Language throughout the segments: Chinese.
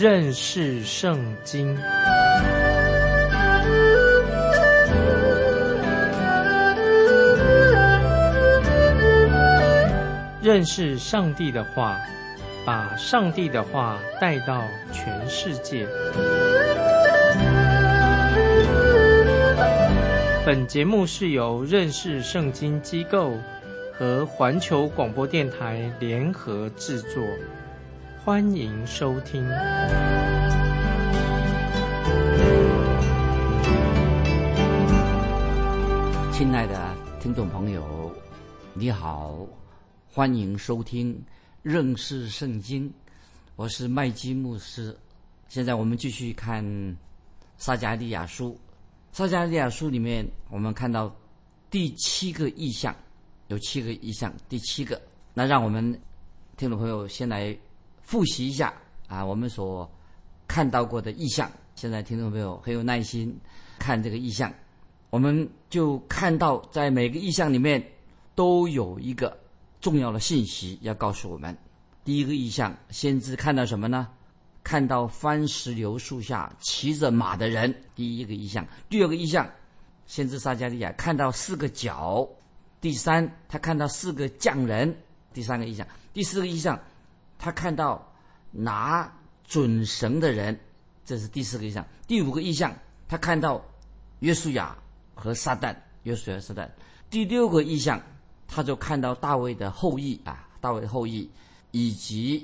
认识圣经。认识上帝的话，把上帝的话带到全世界。本节目是由认识圣经机构和环球广播电台联合制作，欢迎收听。 亲爱的听众朋友，你好，欢迎收听认识圣经，我是麦基牧师。现在我们继续看撒迦利亚书。撒迦利亚书里面，我们看到第7个异象，有7个异象，第7个。那让我们听众朋友先来复习一下我们所看到过的异象。现在听众朋友很有耐心看这个异象，我们就看到在每个异象里面都有一个重要的信息要告诉我们。第一个异象，先知看到什么呢？看到番石榴树下骑着马的人，第一个异象。第二个异象，先知撒迦利亚看到4个角。第三，他看到4个匠人，第3个异象。第4个异象，他看到拿准绳的人，这是第4个异象。第5个异象，他看到约书亚和撒旦，约书亚和撒旦。第6个异象，他就看到大卫的后裔大卫的后裔，以及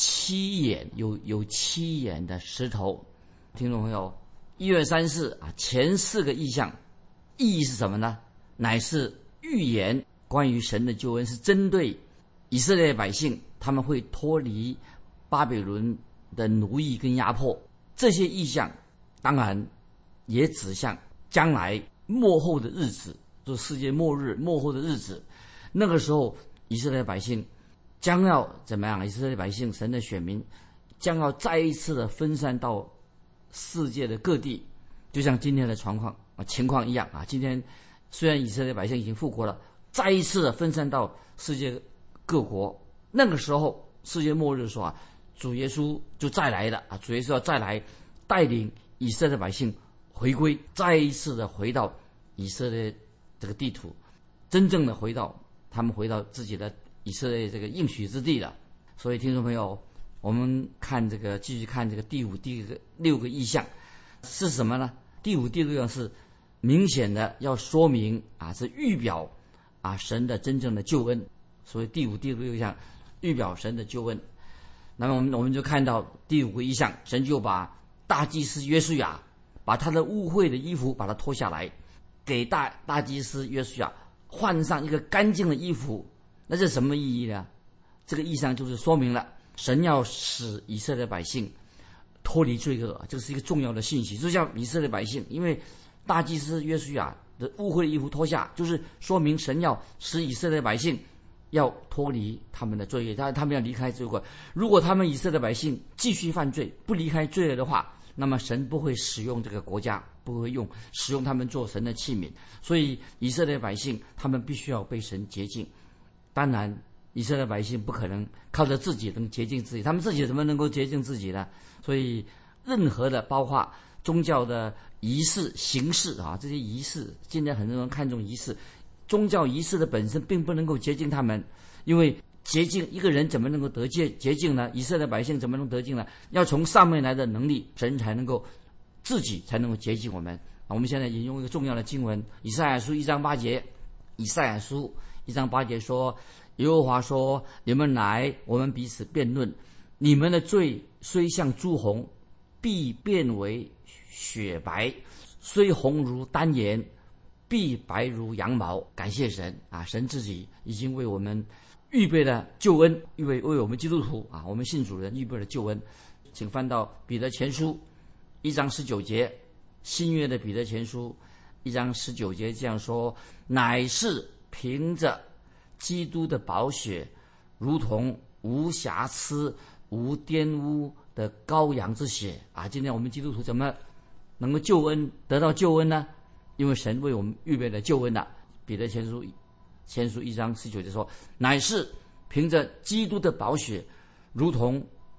7眼有7眼的石头。听众朋友，1、2、3、4前4个异象意义是什么呢？乃是预言关于神的救恩，是针对以色列百姓，他们会脱离巴比伦的奴役跟压迫。这些异象当然也指向将来末后的日子，就世界末日末后的日子。那个时候以色列百姓将要怎么样？以色列百姓，神的选民将要再一次的分散到世界的各地，就像今天的情况一样今天虽然以色列百姓已经复国了，再一次的分散到世界各国。那个时候世界末日的时候主耶稣就再来了主耶稣要再来带领以色列百姓回归，再一次的回到以色列这个地图，真正的他们回到自己的以色列这个应许之地了。所以听众朋友，我们继续看这个第6个异象是什么呢？第5、第6个是明显的要说明是预表神的真正的救恩。所以第5、第6项预表神的救恩。那么我们就看到第5个异象，神就把大祭司约书亚把他的污秽的衣服把它脱下来，给大祭司约书亚换上一个干净的衣服。那这是什么意义呢？这个异象就是说明了神要使以色列百姓脱离罪恶，这是一个重要的信息。就像以色列百姓，因为大祭司约书亚的污秽的衣服脱下，就是说明神要使以色列百姓要脱离他们的罪恶，他们要离开罪恶。如果他们以色列百姓继续犯罪，不离开罪恶的话，那么神不会使用这个国家，不会使用他们做神的器皿。所以以色列百姓他们必须要被神洁净。当然以色列百姓不可能靠着自己能洁净自己，他们自己怎么能够洁净自己呢？所以任何的包括宗教的仪式形式这些仪式，今天很多人看重仪式，宗教仪式的本身并不能够洁净他们。因为洁净一个人怎么能够得洁净呢？以色列百姓怎么能得净呢？要从上面来的能力，神才能够自己才能够洁净我们。我们现在引用一个重要的经文，以赛亚书1章8节。以赛亚书1章8节说，耶和华说，你们来，我们彼此辩论，你们的罪虽像朱红，必变为雪白，虽红如丹颜，必白如羊毛。感谢神神自己已经为我们预备了救恩，为我们基督徒我们信主人预备了救恩。请翻到彼得前书1章19节，新约的彼得前书1章19节这样说，乃是凭着基督的宝血，如同无瑕疵无玷污的羔羊之血今天我们基督徒怎么能够得到救恩呢？因为神为我们预备了救恩彼得前书1章19节说，乃是凭着基督的宝血，如同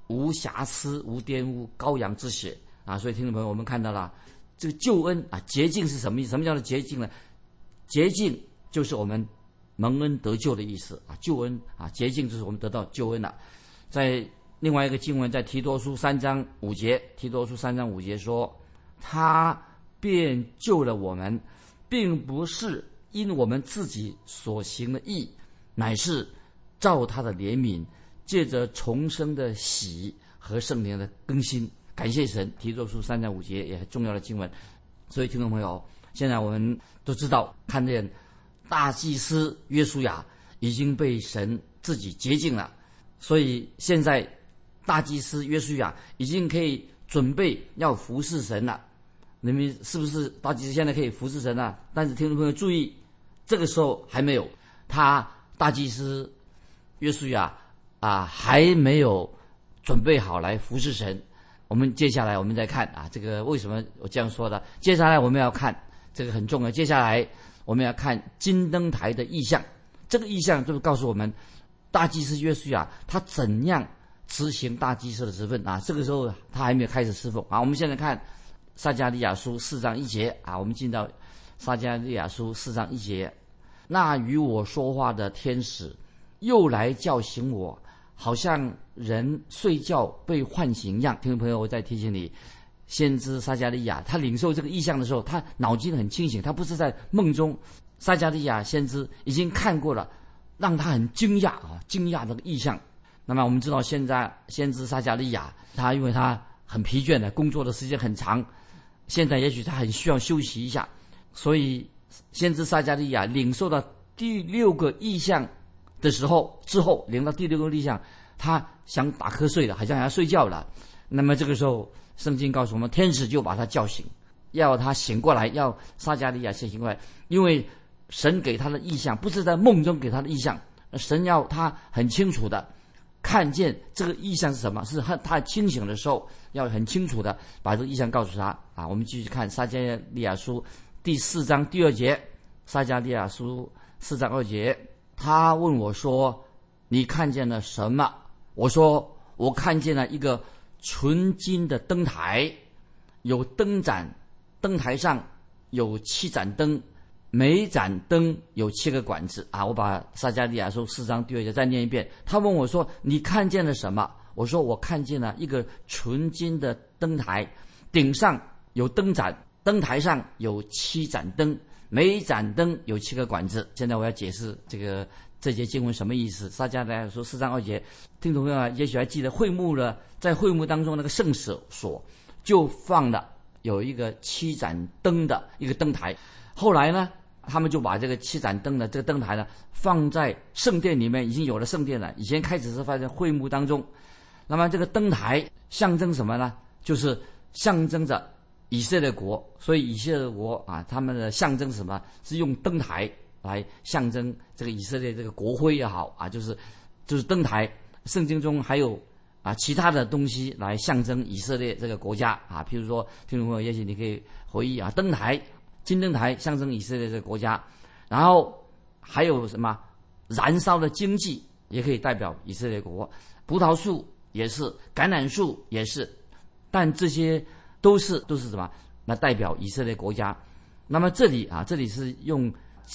无瑕疵、无玷污羔羊之血啊。所以听众朋友，我们看到了这个救恩啊，洁净是什么意思？什么叫做洁净呢？洁净就是我们蒙恩得救的意思啊，救恩啊，洁净就是我们得到救恩了。在另外一个经文，在提多书3章5节，提多书3章5节说，他便救了我们，并不是因我们自己所行的义，乃是照他的怜悯，借着重生的喜和圣灵的更新。感谢神，提多书3章5节也很重要的经文。所以听众朋友，现在我们都知道，看见大祭司约书亚已经被神自己洁净了，所以现在大祭司约书亚已经可以准备要服侍神了。你们是不是大祭司现在可以服侍神了？但是听众朋友注意，这个时候还没有，大祭司约书亚还没有准备好来服侍神。我们接下来我们再看这个为什么我这样说的？接下来我们要看这个很重要。接下来我们要看金灯台的意象，这个意象就是告诉我们大祭司约书亚他怎样执行大祭司的职分这个时候他还没有开始侍奉我们现在看撒迦利亚书4章1节我们进到撒迦利亚书4章1节，那与我说话的天使又来叫醒我，好像人睡觉被唤醒一样。听众朋友，我再提醒你，先知撒迦利亚他领受这个意象的时候，他脑筋很清醒，他不是在梦中。撒迦利亚先知已经看过了，让他很惊讶惊讶这个意象。那么我们知道，现在先知撒迦利亚因为他很疲倦的工作的时间很长，现在也许他很需要休息一下，所以先知撒迦利亚领受到第6个意象的时候，领到第6个意象，他想打瞌睡了，好像要睡觉了。那么这个时候圣经告诉我们，天使就把他叫醒，要他醒过来，要撒迦利亚先醒过来。因为神给他的意象不是在梦中给他的意象，神要他很清楚的看见这个意象是什么，是他清醒的时候要很清楚的把这个意象告诉他我们继续看撒迦利亚书第4章第2节，撒迦利亚书4章2节，他问我说，你看见了什么？我说，我看见了一个纯金的灯台，有灯盏，灯台上有7盏灯，每盏灯有7个管子我把撒迦利亚书4章第2节再念一遍。他问我说，你看见了什么？我说，我看见了一个纯金的灯台，顶上有灯盏，灯台上有7盏灯，每一盏灯有7个管子。现在我要解释这节经文什么意思。撒迦利亚书4章2节，听众朋友也许还记得，在会幕当中那个圣所就放了有一个7盏灯的一个灯台。后来呢，他们就把这个7盏灯的这个灯台呢放在圣殿里面，已经有了圣殿了。以前开始是放在会幕当中。那么这个灯台象征什么呢？就是象征着以色列国。所以以色列国他们的象征什么？是用灯台来象征这个以色列这个国徽也好就是灯台。圣经中还有其他的东西来象征以色列这个国家譬如说听众朋友也许你可以回忆灯台，金灯台象征以色列这个国家，然后还有什么燃烧的荆棘也可以代表以色列国，葡萄树也是，橄榄树也是，但这些都是什么？那代表以色列国家。那么这里是用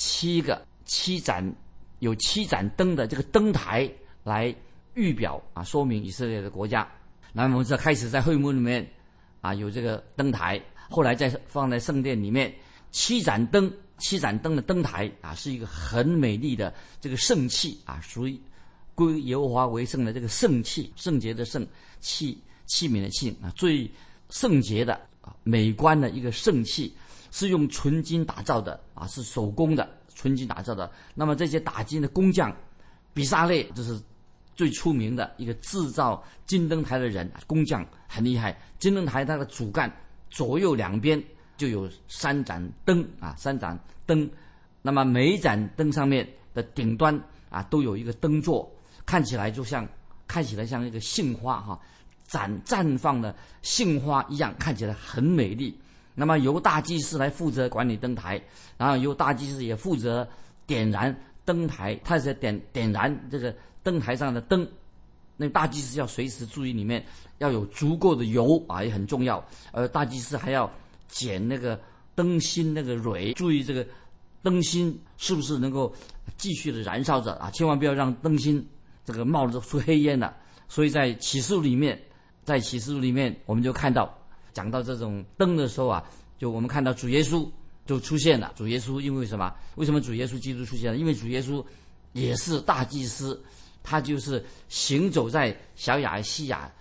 有7盏灯的这个灯台来预表说明以色列的国家。那么我们这开始在会幕里面有这个灯台，后来再放在圣殿里面7盏灯的灯台是一个很美丽的这个圣器属于归耶和华为圣的这个圣器，圣洁的圣，器皿的器最圣洁的美观的一个圣器，是用纯金打造的是手工的纯金打造的。那么这些打金的工匠比撒列就是最出名的一个制造金灯台的人，工匠很厉害。金灯台它的主干左右两边就有3盏灯3盏灯，那么每一盏灯上面的顶端都有一个灯座，看起来像一个杏花绽放的杏花一样，看起来很美丽。那么由大祭司来负责管理灯台，然后由大祭司也负责点燃灯台，他是点燃这个灯台上的灯。 那大祭司要随时注意里面要有足够的油啊，也很重要。大祭司还要捡那个灯芯那个蕊，注意这个灯芯是不是能够继续的燃烧着啊，千万不要让灯芯这个冒着出黑烟了。所以在启示录里面，我们就看到讲到这种灯的时候啊，就我们看到主耶稣就出现了。主耶稣因为什么？为什么主耶稣基督出现了？因为主耶稣也是大祭司，他就是行走在小亚细亚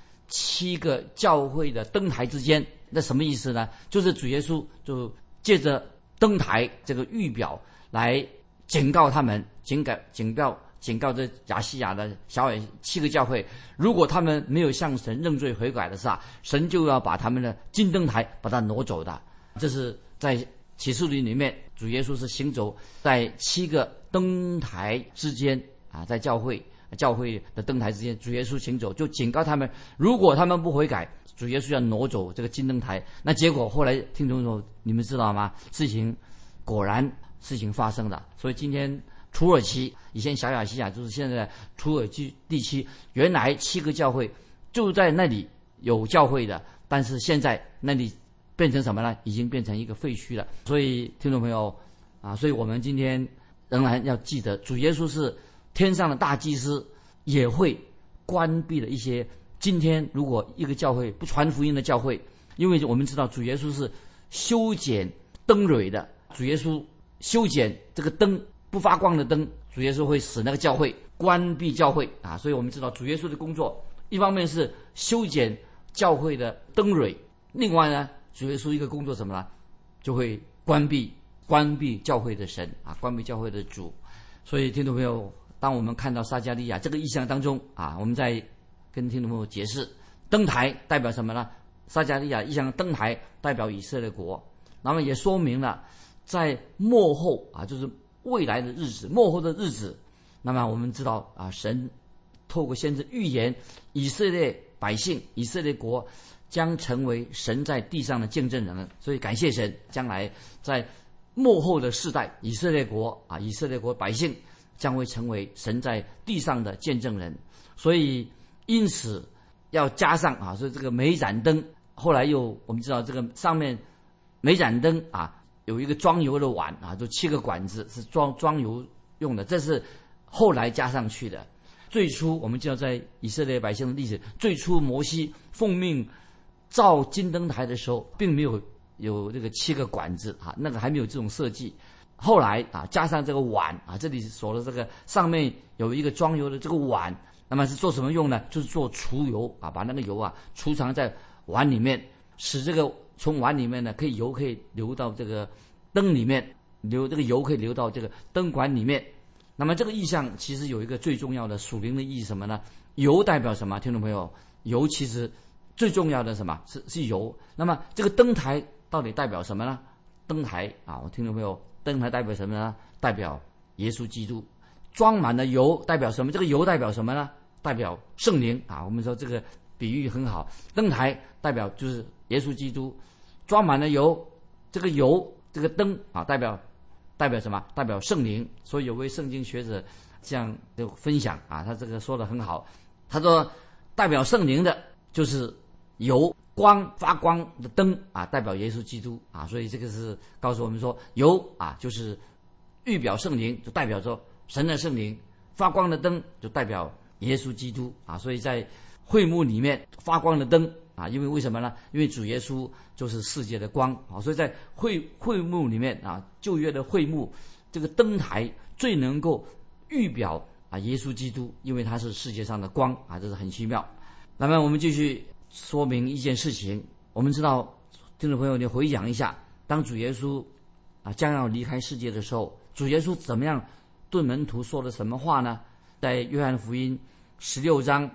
7个教会的灯台之间。那什么意思呢？就是主耶稣就借着灯台这个预表来警告他们，警告这亚细亚的小亚7个教会，如果他们没有向神认罪悔改的话，神就要把他们的金灯台把它挪走的。这是在启示录里面，主耶稣是行走在7个灯台之间啊，在教会的灯台之间，主耶稣行走，就警告他们，如果他们不悔改，主耶稣要挪走这个金灯台。那结果后来听众说，你们知道吗？果然事情发生了。所以今天土耳其，以前小亚细亚就是现在的土耳其地区，原来7个教会就在那里有教会的，但是现在那里变成什么呢？已经变成一个废墟了。所以听众朋友啊，所以我们今天仍然要记得，主耶稣是天上的大祭司，也会关闭了一些今天如果一个教会不传福音的教会，因为我们知道主耶稣是修剪灯蕊的，主耶稣修剪这个灯不发光的灯，主耶稣会使那个教会关闭教会啊。所以我们知道主耶稣的工作，一方面是修剪教会的灯蕊，另外呢，主耶稣一个工作什么呢？就会关闭教会的神啊，关闭教会的主。所以听众朋友，当我们看到撒迦利亚这个意象当中啊，我们再跟听众朋友解释，灯台代表什么呢？撒迦利亚意象灯台代表以色列国，那么也说明了在末后啊，就是未来的日子，末后的日子，那么我们知道啊，神透过先知预言，以色列百姓、以色列国将成为神在地上的见证人。所以感谢神，将来在末后的世代，以色列国百姓将会成为神在地上的见证人。所以因此要加上啊，所以这个每盏灯，后来我们知道这个上面每盏灯啊有一个装油的碗啊，就7个管子是装油用的，这是后来加上去的。最初我们知道在以色列百姓的历史，最初摩西奉命造金灯台的时候，并没有这个7个管子啊，那个还没有这种设计。后来啊，加上这个碗啊，这里所的这个上面有一个装油的这个碗，那么是做什么用呢？就是做储油啊，把那个油啊储藏在碗里面，使这个从碗里面呢，油可以流到这个灯里面，这个油可以流到这个灯管里面。那么这个意象其实有一个最重要的属灵的意义什么呢？油代表什么？听众朋友，油其实最重要的什么？是油。那么这个灯台到底代表什么呢？灯台啊，我听众朋友，灯台代表什么呢？代表耶稣基督。装满了油代表什么？这个油代表什么呢？代表圣灵啊。我们说这个比喻很好，灯台代表就是耶稣基督，装满了油，这个油这个灯啊代表什么？代表圣灵。所以有位圣经学者这样就分享啊，他这个说得很好，他说代表圣灵的就是油，发光的灯啊，代表耶稣基督啊。所以这个是告诉我们说，油啊就是预表圣灵，就代表说神的圣灵；发光的灯就代表耶稣基督啊。所以在会幕里面发光的灯啊，因为什么呢？因为主耶稣就是世界的光啊。所以在会幕里面啊，旧约的会幕这个灯台最能够预表啊耶稣基督，因为他是世界上的光啊，这是很奇妙。那么我们继续说明一件事情，我们知道听众朋友，你回想一下，当主耶稣啊将要离开世界的时候，主耶稣怎么样对门徒说了什么话呢？在约翰福音16章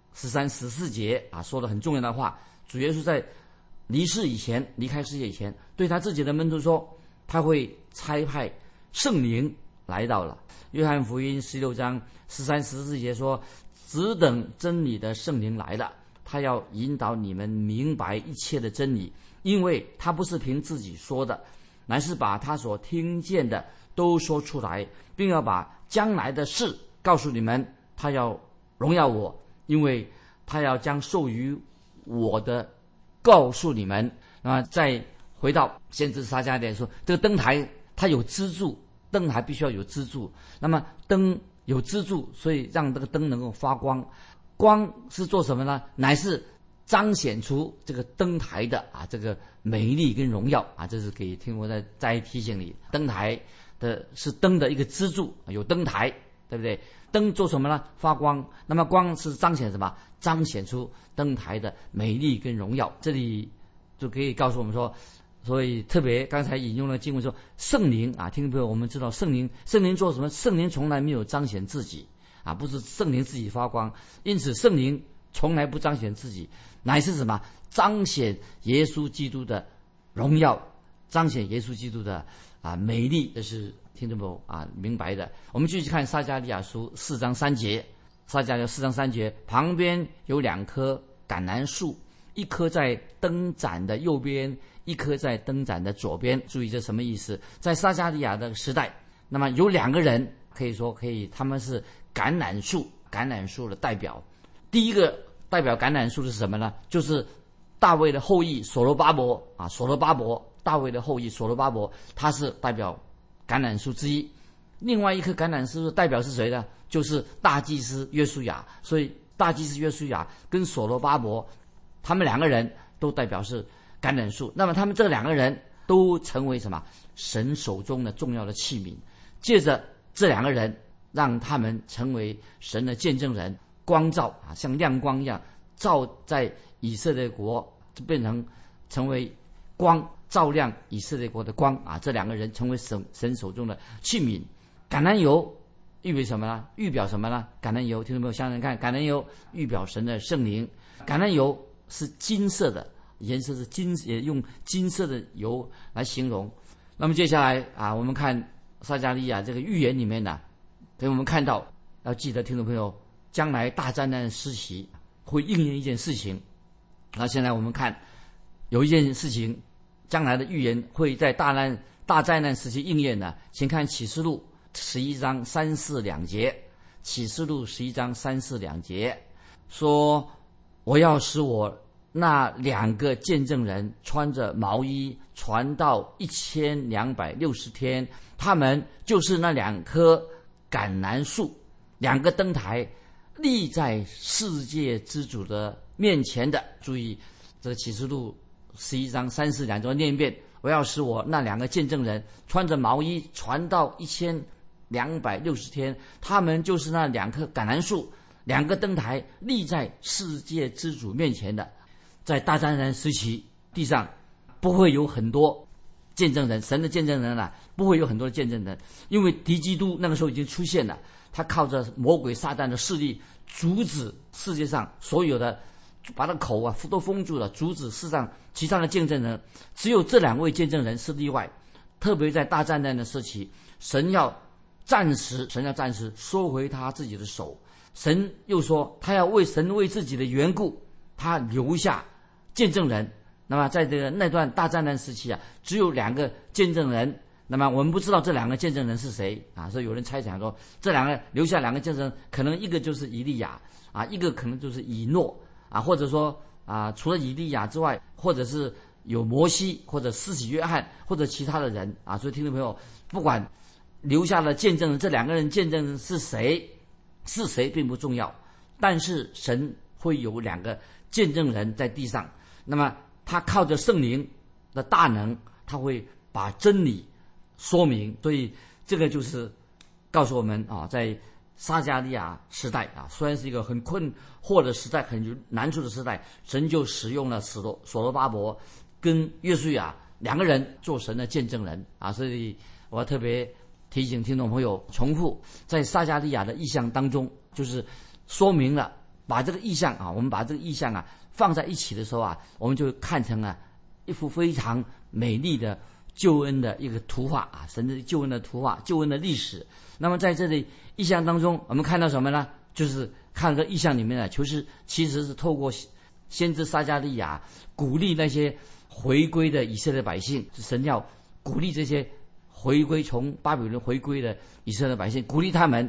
13、14节啊，说了很重要的话。主耶稣在离开世界以前，对他自己的门徒说，他会差派圣灵来到了。约翰福音16章13、14节说，只等真理的圣灵来了，他要引导你们明白一切的真理，因为他不是凭自己说的，乃是把他所听见的都说出来，并要把将来的事告诉你们。他要荣耀我， 因为他要将授予我的告诉你们。那么再回到先知撒迦利亚说，这个灯台它有支柱，灯台必须要有支柱。那么灯有支柱，所以让这个灯能够发光。光是做什么呢？乃是彰显出这个灯台的这个美丽跟荣耀这是给听我再提醒你，灯台的是灯的一个支柱，有灯台，对不对？灯做什么呢？发光。那么光是彰显什么？彰显出灯台的美丽跟荣耀。这里就可以告诉我们说，所以特别刚才引用了经文说，圣灵听众朋友，我们知道圣灵做什么？圣灵从来没有彰显自己不是圣灵自己发光，因此圣灵从来不彰显自己，乃是什么？彰显耶稣基督的荣耀，彰显耶稣基督的美丽。这是听众朋友明白的。我们继续看撒迦利亚书4章3节，撒迦利亚4章3节，旁边有2棵橄榄树，一棵在灯盏的右边，一棵在灯盏的左边。注意这什么意思？在撒迦利亚的时代，那么有2个人他们是橄榄树的代表。第一个代表橄榄树是什么呢？就是大卫的后裔所罗巴伯大卫的后裔所罗巴伯，他是代表橄榄树之一。另外一棵橄榄树代表是谁呢？就是大祭司约书亚。所以大祭司约书亚跟所罗巴伯，他们2个人都代表是橄榄树。那么他们这2个人都成为什么？神手中的重要的器皿。借着这2个人，让他们成为神的见证人，光照像亮光一样照在以色列国，就成为光，照亮以色列国的光这2个人成为神手中的器皿。橄榄油预表什么呢？橄榄油，听众朋友想想看，橄榄油预表神的圣灵。橄榄油是金色的，颜色是金，也用金色的油来形容。那么接下来我们看撒迦利亚这个预言里面呢，给我们看到，要记得听众朋友，将来大灾难时期会应验一件事情。现在我们看有一件事情，将来的预言会在大灾难时期应验的。请看启示录11章3、4、2节。启示录11章3、4、2节说，我要使我那2个见证人穿着毛衣传道1260天，他们就是那2棵橄榄树，2个灯台立在世界之主的面前的。注意这个启示录11章3、4、2节念一遍，我要使我那2个见证人穿着毛衣传道1260天，他们就是那2棵橄榄树，2个灯台立在世界之主面前的。在大灾难时期，地上不会有很多见证人，神的见证人不会有很多的见证人，因为敌基督那个时候已经出现了，他靠着魔鬼撒旦的势力阻止世界上所有的，把他口都封住了，阻止世上其他的见证人。只有这2位见证人是例外。特别在大灾难的时期，神要暂时收回他自己的手。神又说他要为自己的缘故，他留下见证人。那么在那段大灾难时期只有2个见证人。那么我们不知道这2个见证人是谁所以有人猜想说，这留下2个见证人，可能一个就是以利亚一个可能就是以诺或者说除了以利亚之外，或者是有摩西，或者施洗约翰，或者其他的人所以听众朋友，不管留下了见证人，这2个人见证人是谁并不重要，但是神会有2个见证人在地上。那么他靠着圣灵的大能，他会把真理说明。所以这个就是告诉我们在撒迦利亚时代虽然是一个很困惑的时代，很有难处的时代，神就使用了所罗巴伯跟约书亚2个人做神的见证人所以我要特别提醒听众朋友，重复在撒迦利亚的意象当中，就是说明了，把这个意象我们把这个意象放在一起的时候我们就看成一幅非常美丽的救恩的一个图画神的救恩的图画，救恩的历史。那么在这里意象当中，我们看到什么呢？就是看这意象里面其实是透过先知撒迦利亚鼓励那些回归的以色列百姓，神要鼓励这些从巴比伦回归的以色列百姓，鼓励他们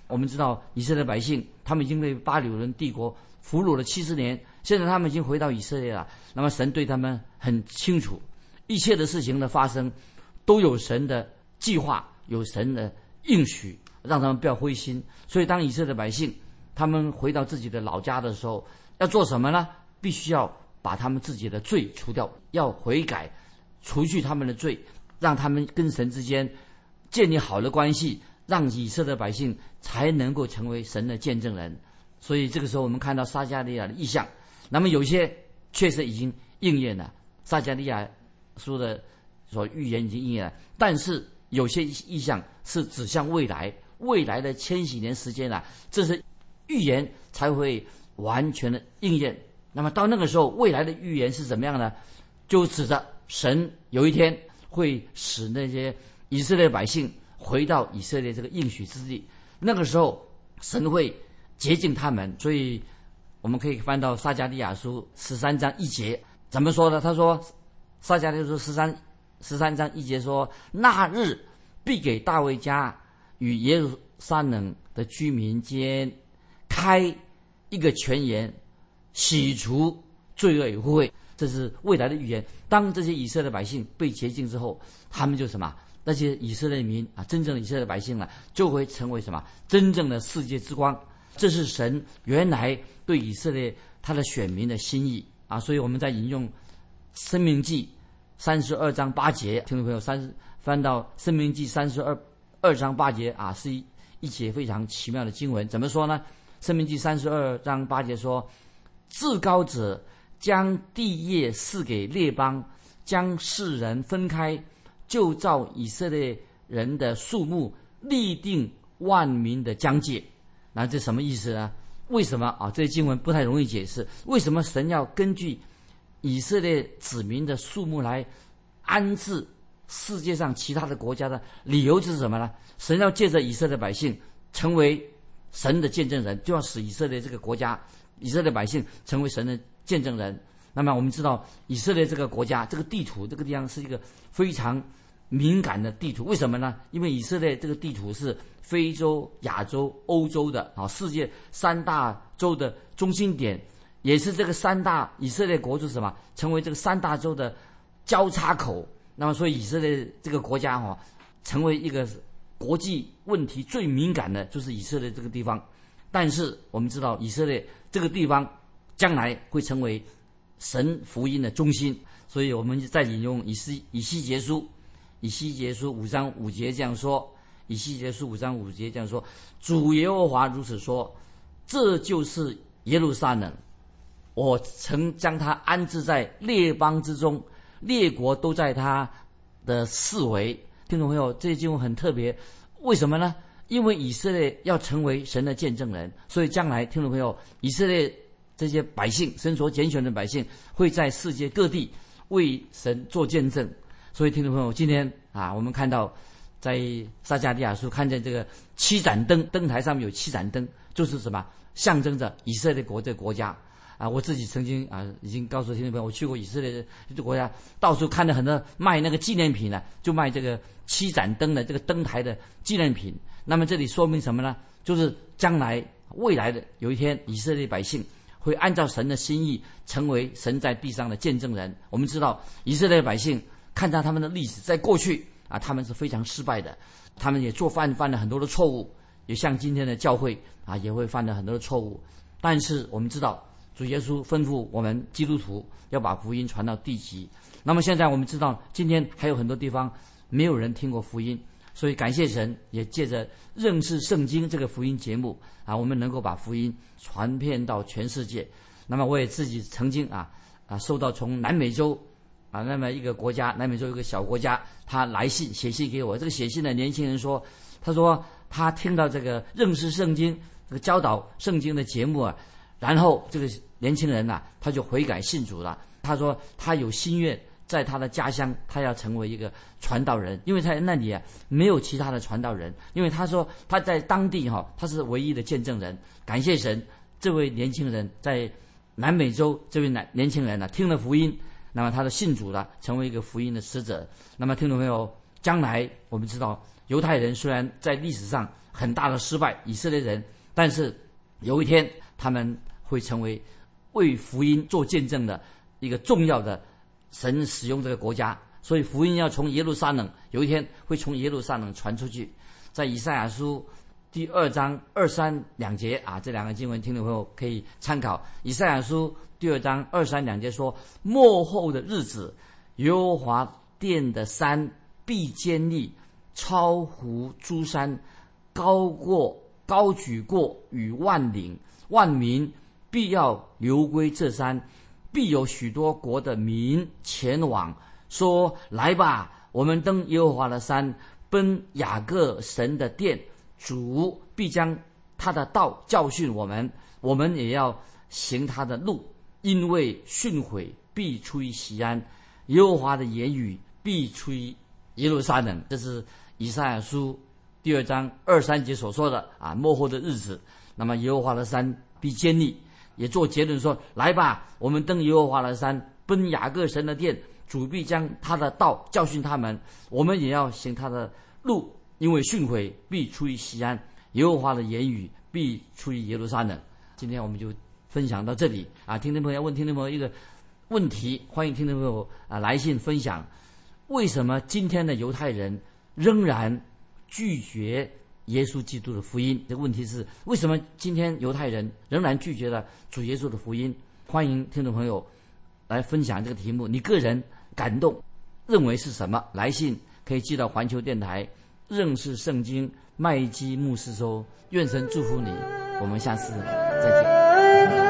我们知道以色列百姓他们已经被巴比伦帝国俘虏了70年，现在他们已经回到以色列了。那么神对他们很清楚，一切的事情的发生都有神的计划，有神的应许，让他们不要灰心。所以当以色列百姓他们回到自己的老家的时候，要做什么呢？必须要把他们自己的罪除掉，要悔改，除去他们的罪，让他们跟神之间建立好的关系，让以色列百姓才能够成为神的见证人。所以这个时候我们看到撒迦利亚的异象，那么有些确实已经应验了，撒迦利亚说的所预言已经应验了，但是有些异象是指向未来的千禧年时间这是预言才会完全的应验。那么到那个时候，未来的预言是怎么样呢？就指着神有一天会使那些以色列百姓回到以色列这个应许之地，那个时候神会洁净他们。所以我们可以翻到撒迦利亚书13章1节，怎么说呢？他说，撒迦利亚书13章1节说，那日必给大卫家与耶路撒冷的居民间开一个泉源，洗除罪恶与污秽。这是未来的预言。当这些以色列百姓被洁净之后，他们就什么？那些以色列民真正的以色列百姓就会成为什么？真正的世界之光。这是神原来对以色列他的选民的心意所以我们在引用申命记32章8节，听众朋友翻到申命记32章8节是一节非常奇妙的经文。怎么说呢？申命记32章8节说，至高者将地业赐给列邦，将世人分开，就照以色列人的数目立定万民的疆界。那这什么意思呢？为什么这些经文不太容易解释？为什么神要根据以色列子民的数目来安置世界上其他的国家的理由就是什么呢？神要借着以色列百姓成为神的见证人，就要使以色列这个国家，以色列百姓成为神的见证人。那么我们知道以色列这个国家，这个地图，这个地方是一个非常敏感的地图。为什么呢？因为以色列这个地图是非洲、亚洲、欧洲的世界3大洲的中心点，也是这个3大以色列国就是什么？成为这个3大洲的交叉口。那么所以以色列这个国家成为一个国际问题最敏感的就是以色列这个地方。但是我们知道以色列这个地方将来会成为神福音的中心，所以我们再引用以西结书5章5节这样说，以西结书5章5节这样说，主耶和华如此说，这就是耶路撒冷，我曾将它安置在列邦之中，列国都在他的四围。听众朋友，这些经文很特别，为什么呢？因为以色列要成为神的见证人，所以将来听众朋友，以色列这些百姓，神所拣选的百姓，会在世界各地为神做见证。所以听众朋友，今天我们看到在撒迦利亚书看见这个7盏灯，灯台上面有7盏灯，就是什么？象征着以色列国这个国家。我自己曾经已经告诉听众朋友，我去过以色列这个国家，到处看到很多卖那个纪念品就卖这个7盏灯的这个灯台的纪念品。那么这里说明什么呢？就是将来未来的有一天，以色列百姓会按照神的心意，成为神在地上的见证人。我们知道以色列百姓看到他们的历史，在过去他们是非常失败的，他们也犯了很多的错误，也像今天的教会也会犯了很多的错误。但是我们知道主耶稣吩咐我们基督徒要把福音传到地极。那么现在我们知道今天还有很多地方没有人听过福音，所以感谢神，也借着认识圣经这个福音节目我们能够把福音传遍到全世界。那么我也自己曾经收到从南美洲那么一个国家，南美洲一个小国家，他写信给我。这个写信的年轻人说，他说他听到这个认识圣经这个教导圣经的节目然后这个年轻人他就悔改信主了。他说他有心愿在他的家乡，他要成为一个传道人，因为在那里没有其他的传道人。因为他说他在当地他是唯一的见证人。感谢神，这位年轻人在南美洲，这位年轻人听了福音，那么他的信主了，成为一个福音的使者。那么听众朋友，将来我们知道犹太人虽然在历史上很大的失败，以色列人。但是有一天他们会成为为福音做见证的一个重要的神使用这个国家。所以福音要从耶路撒冷，有一天会从耶路撒冷传出去。在以赛亚书第2章2、3两节啊，这两个经文听众朋友可以参考。以赛亚书第2章2、3两节说：末后的日子，耶和华殿的山必坚立，超乎诸山，高举过与万岭，万民必要流归这山，必有许多国的民前往，说：来吧，我们登耶和华的山，奔雅各神的殿，主必将他的道教训我们，我们也要行他的路，因为训诲必出于锡安，耶和华的言语必出于耶路撒冷。这是以赛亚书第2章2、3节所说的啊，末后的日子，那么耶和华的山必坚立。也做结论说：来吧，我们登耶和华的山，奔雅各神的殿，主必将他的道教训他们，我们也要行他的路，因为训诲必出于锡安，耶和华的言语必出于耶路撒冷。今天我们就分享到这里啊，听众朋友问听众朋友一个问题，欢迎听众朋友来信分享，为什么今天的犹太人仍然拒绝耶稣基督的福音？这个问题是为什么今天犹太人仍然拒绝了主耶稣的福音？欢迎听众朋友来分享这个题目，你个人感动认为是什么？来信可以寄到环球电台认识圣经麦基牧师收。愿神祝福你，我们下次再见。